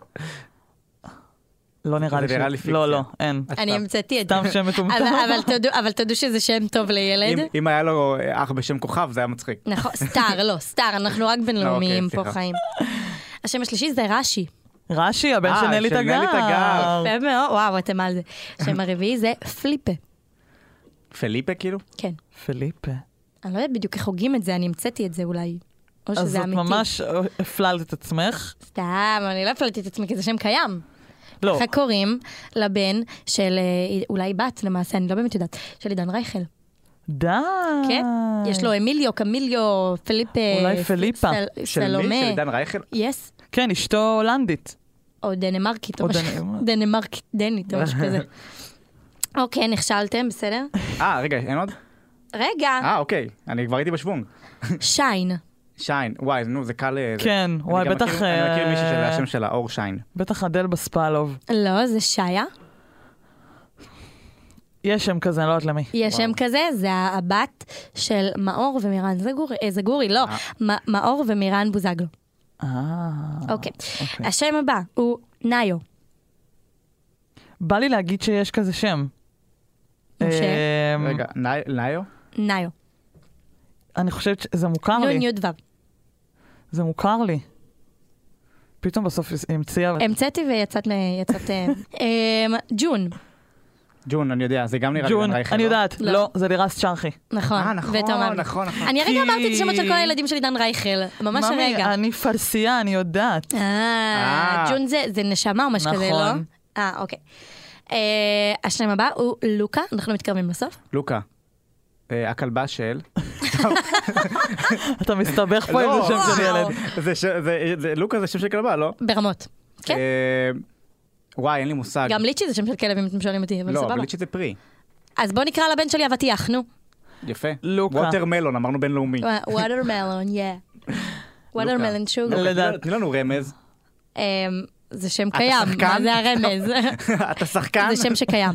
Speaker 3: לא נראה לי
Speaker 1: זה נראה לי פיקציה.
Speaker 3: לא, אין.
Speaker 2: אני המצאתי את זה.
Speaker 3: סתם שם מטומטם.
Speaker 2: אבל תדעו שזה שם טוב לילד.
Speaker 1: אם היה לו אח בשם כוכב, זה היה מצחיק.
Speaker 2: נכון, סטאר, אנחנו רק בינלאומיים פה חיים. השם השלישי זה רש"י.
Speaker 3: רש"י, הבן של נלי תגר.
Speaker 2: יפה מאוד, וואו, אתם על זה. השם הרביעי זה פליפה.
Speaker 1: פליפה כאילו?
Speaker 2: כן.
Speaker 3: פליפה.
Speaker 2: אני לא יודעת בדיוק איך הוגים את זה, אני המצאתי את זה אולי. או
Speaker 3: אז
Speaker 2: שזה
Speaker 3: זאת
Speaker 2: אמיתי.
Speaker 3: ממש הפללת את עצמך.
Speaker 2: סתם, אני לא הפללתי את עצמי, כי זה שם קיים.
Speaker 3: לא.
Speaker 2: ככה קוראים לבן של, אולי בת למעשה, אני לא באמת יודעת, של עידן רייכל.
Speaker 3: די.
Speaker 2: כן? יש לו אמיליו, קמיליו, פליפה.
Speaker 3: אולי פליפה.
Speaker 1: של מי? של עידן רייכל?
Speaker 2: יס.
Speaker 3: כן, אשתו הולנדית.
Speaker 2: או דנמרקית, או דנמרקית, דנית, או משהו כזה. אוקיי, נכשלתם, בסדר?
Speaker 1: רגע, אין עוד?
Speaker 2: רגע.
Speaker 1: אוקיי, אני כבר הייתי בשוונג.
Speaker 2: שיין.
Speaker 1: שיין, וואי, נו, זה קל...
Speaker 3: כן, וואי, בטח...
Speaker 1: אני מכיר מישהי של השם שלה, אור שיין.
Speaker 3: בטח אדל בספלוב.
Speaker 2: לא, זה שיה.
Speaker 3: יש שם כזה, אני לא יודעת למי.
Speaker 2: יש שם כזה, זה הבת של מאור ומירן זגורי, לא, מאור ומירן בוזגלו. אוקיי. השם הבא הוא ניו.
Speaker 3: בא לי להגיד שיש כזה שם.
Speaker 2: משה.
Speaker 1: רגע, ניו?
Speaker 2: ניו.
Speaker 3: אני חושבת שזה מוכר לי.
Speaker 2: נון יודבב.
Speaker 3: זה מוכר לי. פתאום בסוף המציאה...
Speaker 2: המצאתי ויצאת... ג'ון.
Speaker 1: ג'ון, אני יודע, זה גם נראה לי
Speaker 3: ג'ון, אני יודעת. לא, זה לירז צ'רחי.
Speaker 2: נכון.
Speaker 1: נכון.
Speaker 2: אני הרגע אמרתי את השמות של כל הילדים של עידן רייכל. ממש הרגע.
Speaker 3: ממי, אני פרסייה, אני יודעת.
Speaker 2: ג'ון זה נשמה או משהו כזה, לא?
Speaker 3: נכון.
Speaker 2: אוקיי. השם הבא הוא לוקה, אנחנו מתקרבים לסוף.
Speaker 1: לוקה. הכלבה של...
Speaker 3: אתה מסתבך פה עם זה שם של ילד.
Speaker 1: לוקה זה שם של כלבה, לא?
Speaker 2: ברמות. כן.
Speaker 1: וואי, אין לי מושג.
Speaker 2: גם ליצ'י זה שם של כלב, אם אתם שואלים אותי, אבל
Speaker 1: לא,
Speaker 2: סבבה.
Speaker 1: אבל ליצ'י זה פרי.
Speaker 2: אז בוא נקרא לבן שלי אבטיח, נו.
Speaker 1: יפה.
Speaker 3: לוקה.
Speaker 1: ווטרמלון, אמרנו בינלאומי.
Speaker 2: ווטרמלון, ווטרמלון שוגר.
Speaker 1: תני לנו רמז.
Speaker 2: זה שם קיים, מה זה הרמז?
Speaker 1: אתה שחקן?
Speaker 2: זה שם שקיים.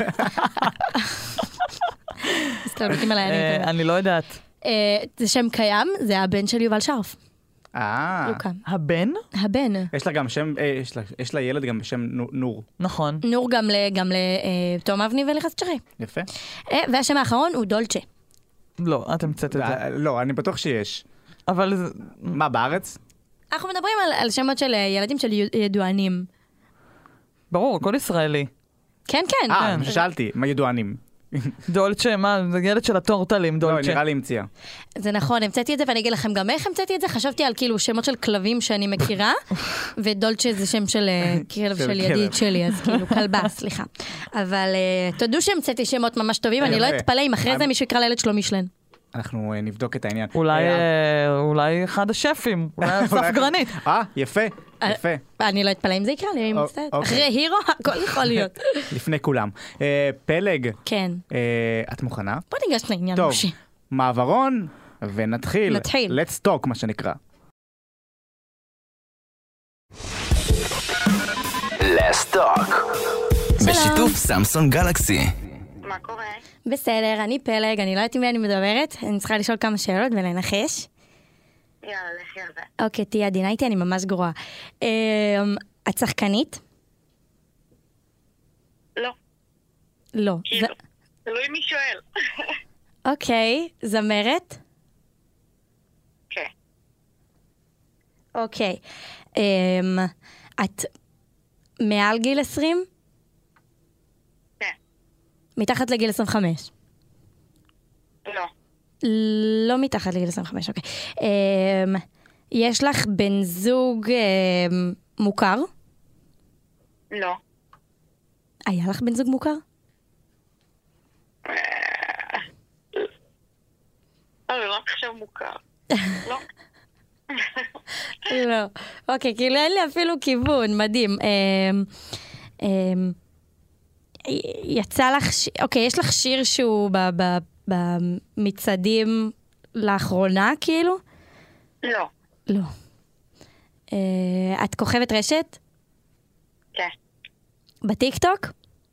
Speaker 2: מסתלבטים עליי,
Speaker 3: אני לא יודעת.
Speaker 2: זה שם קיים, זה הבן של יובל שרף. לוקה.
Speaker 3: הבן?
Speaker 2: הבן.
Speaker 1: יש לה גם שם, יש לה ילד גם בשם נור.
Speaker 3: נכון.
Speaker 2: נור גם לתום אבני וליחס צ'רי.
Speaker 1: יפה.
Speaker 2: והשם האחרון הוא דולצ'ה.
Speaker 3: לא, את המצאת את זה.
Speaker 1: לא, אני בטוח שיש.
Speaker 3: אבל...
Speaker 1: מה, בארץ?
Speaker 2: אנחנו מדברים על שמות של ילדים של ידוענים.
Speaker 3: ברור, הכל ישראלי.
Speaker 2: כן, כן.
Speaker 1: שאלתי, מה ידוענים?
Speaker 3: דולצ'ה, מה? זה ילד של הטורטלים, דולצ'ה.
Speaker 1: לא, נראה לי המציאה.
Speaker 2: זה נכון, המצאתי את זה, ואני אגיד לכם גם איך המצאתי את זה. חשבתי על כאילו שמות של כלבים שאני מכירה, ודולצ'ה זה שם של כלב של ידיד שלי, אז כאילו כלבה, סליחה. אבל תודו שהמצאתי שמות ממש טובים, אני לא אתפלא אם אחרי זה מישהו יקרא לילד שלו מישלן.
Speaker 1: אנחנו נבדוק את העניין.
Speaker 3: אולי אחד השפים, אולי אסף גרנית.
Speaker 1: יפה, יפה.
Speaker 2: אני לא אתפלא אם זה יקרה לי, אני מצטערת. אחרי הירו, הכל יכול להיות.
Speaker 1: לפני כולם. פלג.
Speaker 2: כן.
Speaker 1: את מוכנה?
Speaker 2: בוא ניגש לעניין,
Speaker 1: טוב,
Speaker 2: משה.
Speaker 1: מעברון, ונתחיל.
Speaker 2: נתחיל.
Speaker 1: Let's talk, מה שנקרא.
Speaker 4: Let's talk. בשיתוף סמסונג גלקסי.
Speaker 5: מה קורה?
Speaker 2: בסדר, אני פלג, אני לא יודעת עם מי אני מדברת, אני צריכה לשאול כמה שאלות ולנחש.
Speaker 5: יאללה, לכי על זה.
Speaker 2: אוקיי, תהיה עדינה איתי, אני ממש גרועה. את שחקנית?
Speaker 5: לא.
Speaker 2: לא.
Speaker 5: כאילו, תלוי מי שואל.
Speaker 2: אוקיי, זמרת?
Speaker 5: כן.
Speaker 2: אוקיי. את מעל גיל 20?
Speaker 5: כן.
Speaker 2: מתחת לגיל 25?
Speaker 5: לא.
Speaker 2: לא מתחת לגיל 25, אוקיי. יש לך בן זוג מוכר?
Speaker 5: לא.
Speaker 2: היה לך בן זוג מוכר?
Speaker 5: לא, רק עכשיו מוכר. לא.
Speaker 2: לא. אוקיי, כאילו אין לי אפילו כיוון, מדהים. יצא לך, אוקיי, יש לך שיר שהוא במצעדים לאחרונה, כאילו?
Speaker 5: לא.
Speaker 2: לא. את כוכבת רשת?
Speaker 5: כן.
Speaker 2: בטיקטוק?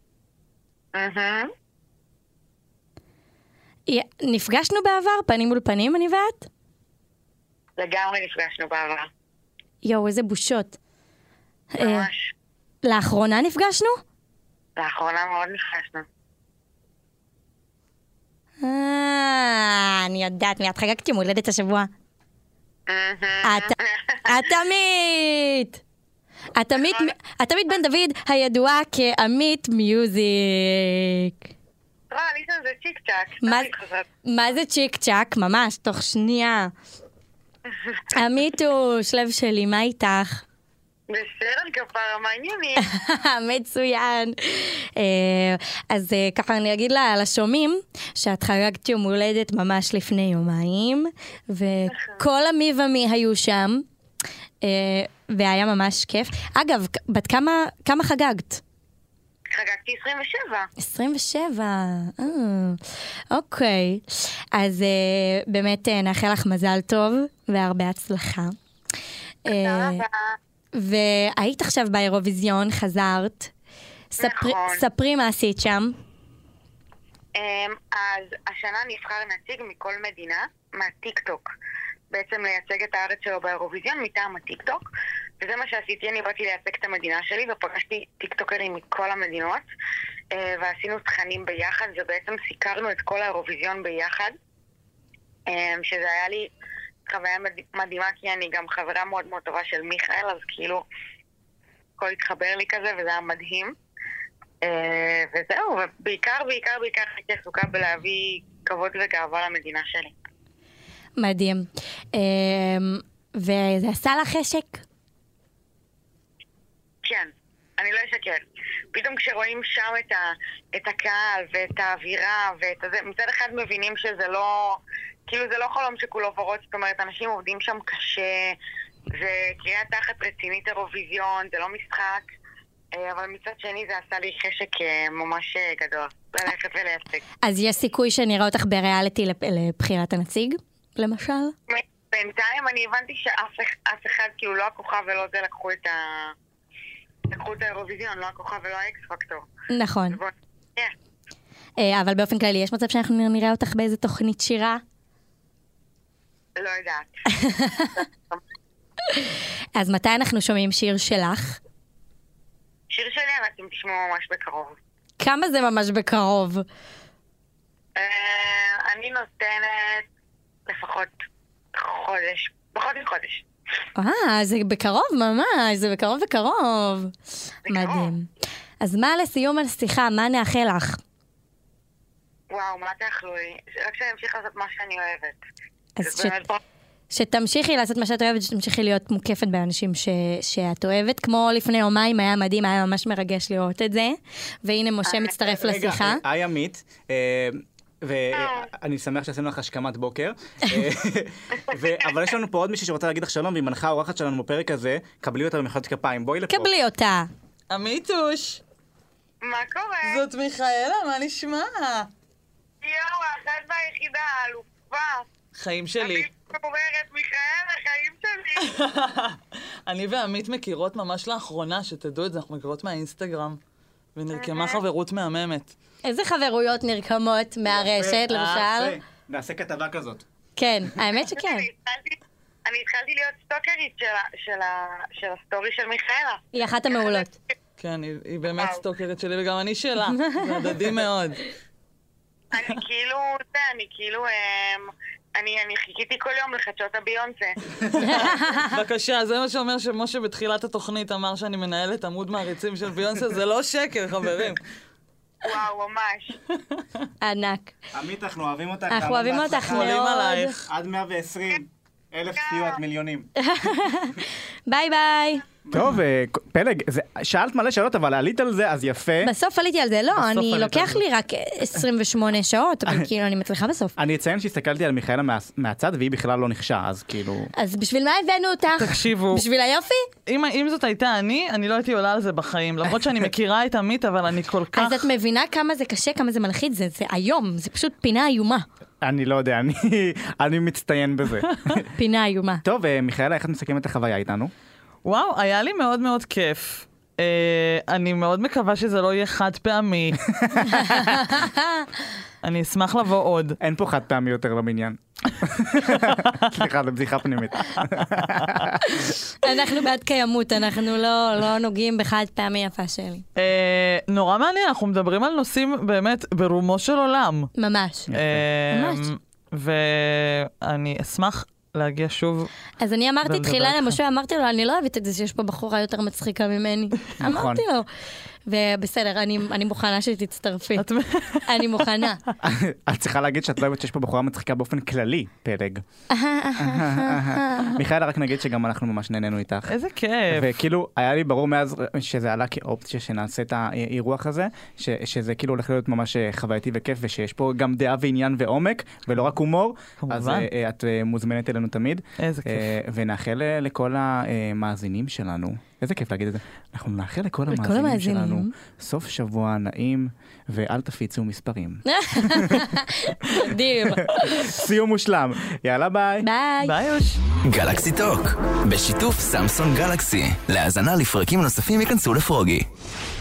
Speaker 2: נפגשנו בעבר, פנים מול פנים, אני ואת?
Speaker 5: לגמרי נפגשנו בעבר.
Speaker 2: יואו, איזה בושות.
Speaker 5: ממש.
Speaker 2: לאחרונה נפגשנו?
Speaker 5: לאחרונה מאוד נפגשנו.
Speaker 2: אני יודעת, מיד חגגתי מולדת השבוע. את עמית! את עמית בן דוד, הידועה כעמית מיוזיק.
Speaker 5: ליסה זה צ'יק צ'אק.
Speaker 2: מה זה צ'יק צ'אק? ממש, תוך שנייה. עמיתוש, לב שלי, מה איתך?
Speaker 5: בסדר, כפרה, מה העניינים?
Speaker 2: מצוין. אז ככה אני אגיד לשומעים שאת חגגת יום הולדת ממש לפני יומיים, וכל המי ומי היו שם, והיה ממש כיף. אגב, בת כמה חגגת?
Speaker 5: חגגתי 27.
Speaker 2: 27, אוקיי. אז באמת נאחל לך מזל טוב והרבה הצלחה.
Speaker 5: תודה רבה.
Speaker 2: והיית עכשיו באירוויזיון, חזרת.
Speaker 5: נכון.
Speaker 2: ספרי מה עשית שם.
Speaker 5: אז השנה נבחר נציג מכל מדינה, מהטיקטוק. בעצם לייצג את הארץ שלו באירוויזיון מטעם הטיקטוק. וזה מה שעשיתי, אני באתי לייצג את המדינה שלי, ופגשתי טיקטוקרים מכל המדינות, ועשינו תכנים ביחד, ובעצם סיקרנו את כל האירוויזיון ביחד, שזה היה לי חוויה מדהימה, כי אני גם חברה מאוד מאוד טובה של מיכאל, אז כאילו, הכל התחבר לי כזה, וזה היה מדהים. וזהו, ובעיקר הייתי עסוקה בלהביא כבוד וגאווה למדינה שלי.
Speaker 2: מדהים. וזה עשה לך חשק?
Speaker 5: כן, אני לא אשקר. פתאום כשרואים שם את הקהל ואת האווירה ואת הזה, מצד אחד מבינים שזה לא, כאילו זה לא חלום שכולו ורוד, זאת אומרת, אנשים עובדים שם קשה, זה קריאה תחת רצינית אירוויזיון, זה לא משחק, אבל מצד שני זה עשה לי חשק ממש גדול, ללכת ולייצג.
Speaker 2: אז יש סיכוי שנראה אותך בריאליטי לבחירת הנציג, למשל?
Speaker 5: בינתיים אני הבנתי שאף אחד, כאילו לא הכוכב ולא זה, לקחו את האירוויזיון, לא הכוכב ולא האקס פקטור.
Speaker 2: נכון.
Speaker 5: כן.
Speaker 2: אבל באופן כללי, יש מצב שאנחנו נראה אותך באיזה תוכנית שירה?
Speaker 5: לא יודעת.
Speaker 2: אז מתי אנחנו שומעים שיר שלך?
Speaker 5: שיר שלי אתם תשמעו ממש בקרוב.
Speaker 2: כמה זה ממש בקרוב?
Speaker 5: אני נותנת לפחות חודש, פחות מחודש.
Speaker 2: זה בקרוב ממש, זה בקרוב וקרוב. מדהים. אז מה לסיום השיחה, מה נאחל לך?
Speaker 5: וואו, מה תאכלו לי? רק שאני אמשיך לעשות מה שאני אוהבת.
Speaker 2: אז שתמשיכי לעשות מה שאת אוהבת, שתמשיכי להיות מוקפת באנשים שאת אוהבת, כמו לפני יומיים, היה מדהים, היה ממש מרגש לראות את זה. והנה משה מצטרף לשיחה.
Speaker 1: רגע, היי עמית. ואני שמח שעשינו לך השכמת בוקר. אבל יש לנו פה עוד מישהי שרוצה להגיד לך שלום, והיא מנחה האורחת שלנו בפרק הזה, קבלי אותה במחיאות כפיים, בואי לפה.
Speaker 2: קבלי אותה.
Speaker 3: עמיתוש.
Speaker 5: מה קורה?
Speaker 3: זאת מיכאלה, מה נשמע?
Speaker 5: יואו, האחת והיחידה, האלופה.
Speaker 3: חיים שלי.
Speaker 5: אני אומרת, מיכאלה, חיים שלי.
Speaker 3: אני ועמית מכירות ממש לאחרונה, שתדעו את זה, אנחנו מכירות מהאינסטגרם, ונרקמה חברות מהממת.
Speaker 2: איזה חברויות נרקמות מהרשת, למשל?
Speaker 1: נעשה כתבה כזאת.
Speaker 2: כן, האמת שכן.
Speaker 5: אני התחלתי להיות סטוקרית של הסטורי של מיכאלה.
Speaker 2: היא אחת המעולות.
Speaker 3: כן, היא באמת סטוקרית שלי, וגם אני שלה. זה הדדי מאוד.
Speaker 5: אני חיכיתי כל יום לחדשות הביונסה.
Speaker 3: בבקשה, זה מה שאומר שמשה בתחילת התוכנית אמר שאני מנהלת עמוד מעריצים של ביונסה, זה לא שקר, חברים.
Speaker 5: וואו, ממש.
Speaker 2: ענק.
Speaker 1: עמית, אנחנו אוהבים אותך.
Speaker 2: אנחנו אוהבים אותך מאוד.
Speaker 1: עד 120,000 צפיות, מיליונים.
Speaker 2: ביי ביי.
Speaker 1: טוב, פלג, שאלת מלא שאלות, אבל עלית על זה, אז יפה.
Speaker 2: בסוף עליתי על זה, לא, אני לוקח לי רק 28 שעות, אבל כאילו אני מצליחה בסוף.
Speaker 1: אני אציין שהסתכלתי על מיכאלה מהצד, והיא בכלל לא נחשה, אז כאילו...
Speaker 2: אז בשביל מה הבאנו אותך?
Speaker 3: תקשיבו.
Speaker 2: בשביל היופי?
Speaker 3: אם זאת הייתה אני לא הייתי עולה על זה בחיים, למרות שאני מכירה את עמית, אבל אני כל כך...
Speaker 2: אז את מבינה כמה זה קשה, כמה זה מלחיץ, זה היום, זה פשוט פינה איומה.
Speaker 1: אני לא יודע, אני מצטיין בזה.
Speaker 2: פינה איומה.
Speaker 1: טוב, מיכאלה, איך את מסכמת את החוויה איתנו?
Speaker 3: וואו, היה לי מאוד מאוד כיף. אני מאוד מקווה שזה לא יהיה חד פעמי. אני אשמח לבוא עוד.
Speaker 1: אין פה חד פעמי יותר במניין. סליחה, זה בדיחה פנימית.
Speaker 2: אנחנו בעד קיימות, אנחנו לא נוגעים בחד פעמי יפה שלי.
Speaker 3: נורא מעניין, אנחנו מדברים על נושאים באמת ברומו של עולם.
Speaker 2: ממש. ממש.
Speaker 3: ואני אשמח להגיע שוב.
Speaker 2: אז אני אמרתי תחילה למשה, אמרתי לו, אני לא אוהבת את זה שיש פה בחורה יותר מצחיקה ממני. אמרתי לו. ובסדר, אני מוכנה שתצטרפי. אני מוכנה.
Speaker 1: את צריכה להגיד שאת לא אוהבת שיש פה בחורה מצחיקה באופן כללי, פלג. מיכאלה, רק נגיד שגם אנחנו ממש נהנינו איתך.
Speaker 3: איזה כיף.
Speaker 1: וכאילו, היה לי ברור מאז שזה עלה כאופציה שנעשה את האירוח הזה, שזה כאילו הולך להיות ממש חווייתי וכיף, ושיש פה גם דעה ועניין ועומק, ולא רק הומור. אז את מוזמנת אלינו תמיד.
Speaker 3: איזה כיף.
Speaker 1: ונאחל לכל המאזינים שלנו. איזה כיף להגיד את זה. אנחנו נאחל לכל המאזינים שלנו סוף שבוע נעים, ואל תפיצו מספרים.
Speaker 2: מדהים.
Speaker 1: סיום מושלם. יאללה ביי.
Speaker 2: ביי.
Speaker 3: ביי יוש.
Speaker 4: גלקסי טוק, בשיתוף סמסונג גלקסי. להאזנה לפרקים נוספים ייכנסו לפרוגי.